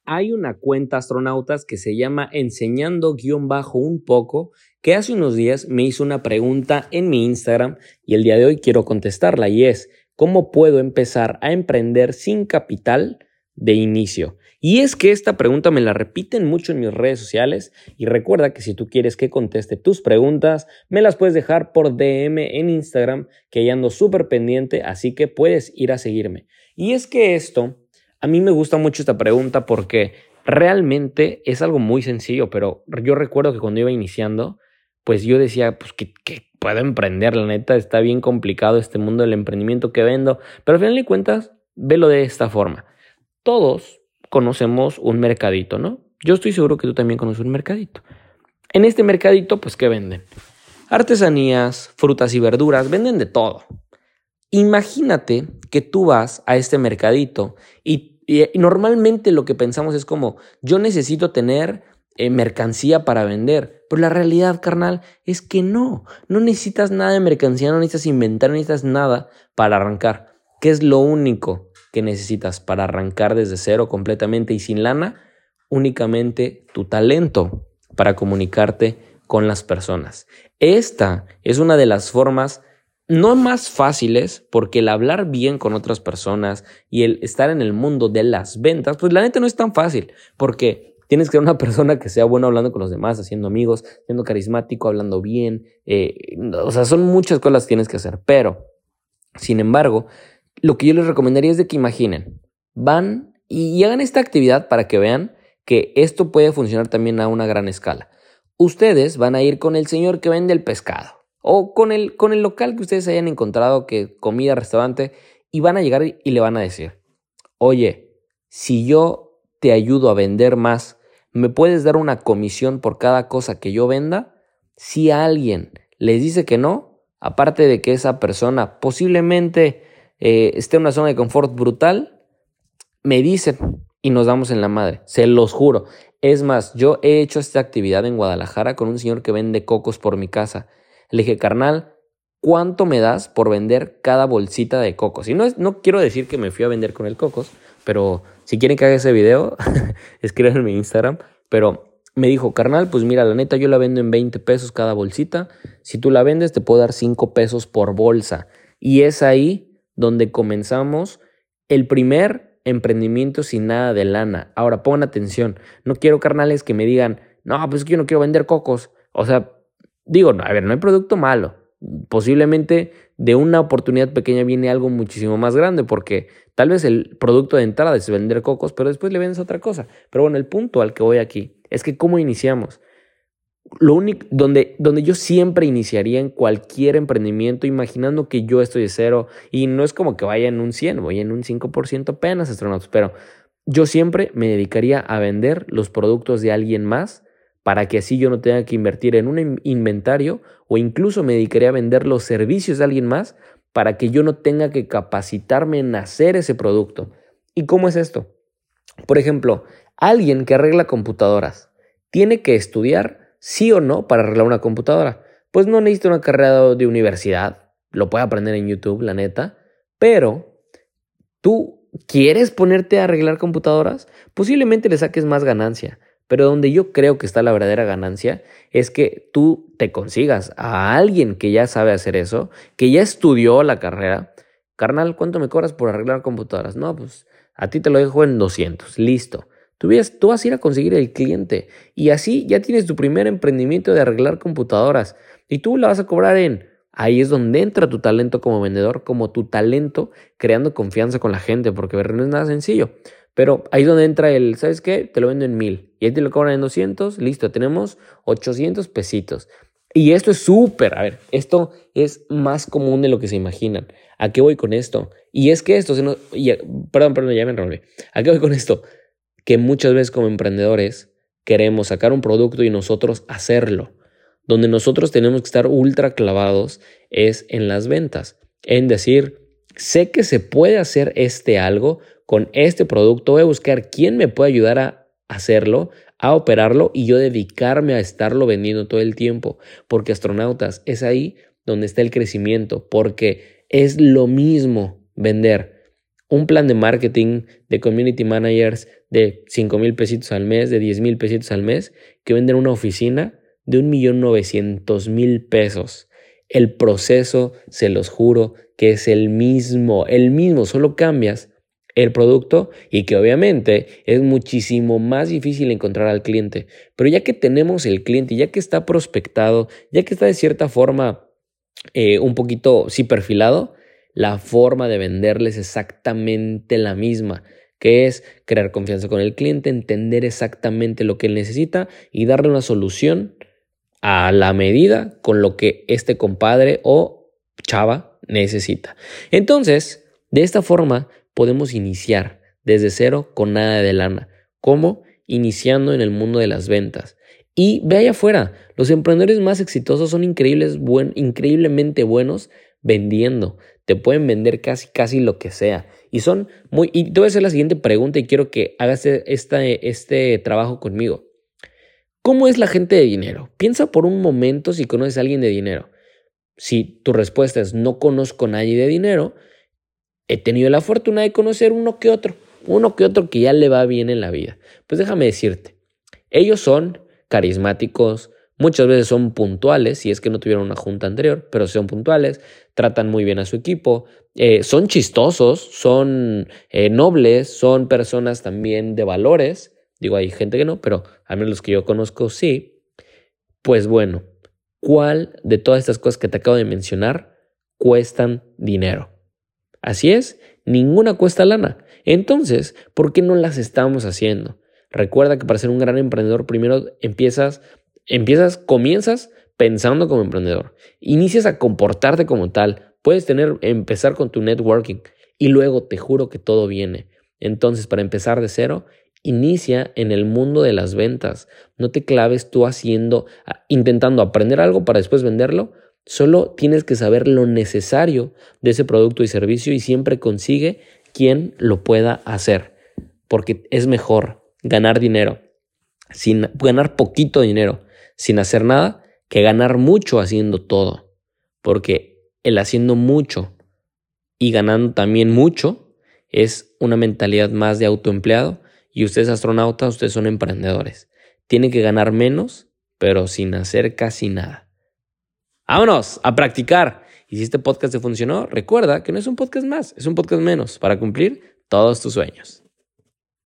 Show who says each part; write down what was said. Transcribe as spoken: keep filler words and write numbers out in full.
Speaker 1: hay una cuenta, astronautas, que se llama enseñando-un poco, que hace unos días me hizo una pregunta en mi Instagram y el día de hoy quiero contestarla, y es: ¿cómo puedo empezar a emprender sin capital de inicio? Y es que esta pregunta me la repiten mucho en mis redes sociales, y recuerda que si tú quieres que conteste tus preguntas, me las puedes dejar por D M en Instagram, que ahí ando súper pendiente, así que puedes ir a seguirme. Y es que esto, a mí me gusta mucho esta pregunta porque realmente es algo muy sencillo, pero yo recuerdo que cuando iba iniciando, pues yo decía, pues que, que puedo emprender, la neta, está bien complicado este mundo del emprendimiento que vendo, pero al final de cuentas, velo de esta forma. Todos conocemos un mercadito, ¿no? Yo estoy seguro que tú también conoces un mercadito. En este mercadito, pues, ¿qué venden? Artesanías, frutas y verduras, venden de todo. Imagínate que tú vas a este mercadito y, y, y normalmente lo que pensamos es como, yo necesito tener eh, mercancía para vender, pero la realidad, carnal, es que no, no necesitas nada de mercancía, no necesitas inventar, no necesitas nada para arrancar. ¿Qué es lo único que necesitas para arrancar desde cero completamente y sin lana? Únicamente tu talento para comunicarte con las personas. Esta es una de las formas no más fáciles, porque el hablar bien con otras personas y el estar en el mundo de las ventas, pues la neta no es tan fácil, porque tienes que ser una persona que sea buena hablando con los demás, haciendo amigos, siendo carismático, hablando bien, eh, o sea, son muchas cosas que tienes que hacer, pero, sin embargo, lo que yo les recomendaría es de que imaginen, van y, y hagan esta actividad para que vean que esto puede funcionar también a una gran escala. Ustedes van a ir con el señor que vende el pescado, o con el, con el local que ustedes hayan encontrado, que comida, restaurante, y van a llegar y le van a decir: oye, si yo te ayudo a vender más, ¿me puedes dar una comisión por cada cosa que yo venda? Si alguien les dice que no, aparte de que esa persona posiblemente eh, esté en una zona de confort brutal, me dicen y nos damos en la madre, se los juro. Es más, yo he hecho esta actividad en Guadalajara con un señor que vende cocos por mi casa. Le dije: carnal, ¿cuánto me das por vender cada bolsita de cocos? Y no, es, no quiero decir que me fui a vender con el cocos, pero si quieren que haga ese video, escriban en mi Instagram. Pero me dijo: carnal, pues mira, la neta yo la vendo en veinte pesos cada bolsita. Si tú la vendes, te puedo dar cinco pesos por bolsa. Y es ahí donde comenzamos el primer emprendimiento sin nada de lana. Ahora, pongan atención. No quiero, carnales, que me digan: no, pues es que yo no quiero vender cocos. O sea, digo, a ver, no hay producto malo. Posiblemente de una oportunidad pequeña viene algo muchísimo más grande, porque tal vez el producto de entrada es vender cocos, pero después le vendes otra cosa. Pero bueno, el punto al que voy aquí es que ¿cómo iniciamos? Lo único, donde, donde yo siempre iniciaría en cualquier emprendimiento, imaginando que yo estoy de cero, y no es como que vaya en un cien, voy en un cinco por ciento apenas, astronautas, pero yo siempre me dedicaría a vender los productos de alguien más, para que así yo no tenga que invertir en un inventario, o incluso me dedicaría a vender los servicios de alguien más para que yo no tenga que capacitarme en hacer ese producto. ¿Y cómo es esto? Por ejemplo, alguien que arregla computadoras, ¿tiene que estudiar sí o no para arreglar una computadora? Pues no necesita una carrera de universidad, lo puede aprender en YouTube, la neta, pero tú quieres ponerte a arreglar computadoras, posiblemente le saques más ganancia. Pero donde yo creo que está la verdadera ganancia es que tú te consigas a alguien que ya sabe hacer eso, que ya estudió la carrera. Carnal, ¿cuánto me cobras por arreglar computadoras? No, pues a ti te lo dejo en doscientos. Listo. Tú, ves, tú vas a ir a conseguir el cliente y así ya tienes tu primer emprendimiento de arreglar computadoras y tú la vas a cobrar en... Ahí es donde entra tu talento como vendedor, como tu talento creando confianza con la gente, porque no es nada sencillo. Pero ahí es donde entra el, ¿sabes qué? Te lo vendo en mil y ahí te lo cobran en doscientos, listo, tenemos ochocientos pesitos. Y esto es súper, a ver, esto es más común de lo que se imaginan. ¿A qué voy con esto? Y es que esto, se nos, y, perdón, perdón, ya me enrolé. ¿A qué voy con esto? Que muchas veces como emprendedores queremos sacar un producto y nosotros hacerlo. Donde nosotros tenemos que estar ultra clavados es en las ventas. En decir, sé que se puede hacer este algo con este producto, voy a buscar quién me puede ayudar a hacerlo, a operarlo y yo dedicarme a estarlo vendiendo todo el tiempo. Porque astronautas, es ahí donde está el crecimiento, porque es lo mismo vender un plan de marketing, de community managers, de cinco mil pesitos al mes, de diez mil pesitos al mes, que venden una oficina de un millón novecientos mil pesos. El proceso, se los juro, que es el mismo, el mismo, solo cambias el producto y que obviamente es muchísimo más difícil encontrar al cliente. Pero ya que tenemos el cliente, ya que está prospectado, ya que está de cierta forma eh, un poquito sí perfilado, la forma de venderles es exactamente la misma, que es crear confianza con el cliente, entender exactamente lo que él necesita y darle una solución a la medida con lo que este compadre o chava necesita. Entonces, de esta forma podemos iniciar desde cero con nada de lana. ¿Cómo? Iniciando en el mundo de las ventas. Y ve allá afuera, los emprendedores más exitosos son increíbles, buen, increíblemente buenos vendiendo. Te pueden vender casi, casi lo que sea. Y son muy... Y te voy a hacer la siguiente pregunta y quiero que hagas este, este trabajo conmigo. ¿Cómo es la gente de dinero? Piensa por un momento si conoces a alguien de dinero. Si tu respuesta es no conozco a nadie de dinero, he tenido la fortuna de conocer uno que otro, uno que otro que ya le va bien en la vida. Pues déjame decirte, ellos son carismáticos, muchas veces son puntuales, si es que no tuvieron una junta anterior, pero son puntuales, tratan muy bien a su equipo, eh, son chistosos, son eh, nobles, son personas también de valores. Digo, hay gente que no, pero al menos los que yo conozco sí. Pues bueno, ¿cuál de todas estas cosas que te acabo de mencionar cuestan dinero? Así es, ninguna cuesta lana. Entonces, ¿por qué no las estamos haciendo? Recuerda que para ser un gran emprendedor, primero empiezas, empiezas, comienzas pensando como emprendedor. Inicias a comportarte como tal. Puedes tener, empezar con tu networking y luego te juro que todo viene. Entonces, para empezar de cero, inicia en el mundo de las ventas. No te claves tú haciendo, intentando aprender algo para después venderlo. Solo tienes que saber lo necesario de ese producto y servicio y siempre consigue quien lo pueda hacer. Porque es mejor ganar dinero, sin ganar poquito dinero, sin hacer nada, que ganar mucho haciendo todo. Porque el haciendo mucho y ganando también mucho es una mentalidad más de autoempleado. Y ustedes astronautas, ustedes son emprendedores. Tienen que ganar menos, pero sin hacer casi nada. ¡Vámonos a practicar! Y si este podcast te funcionó, recuerda que no es un podcast más, es un podcast menos para cumplir todos tus sueños.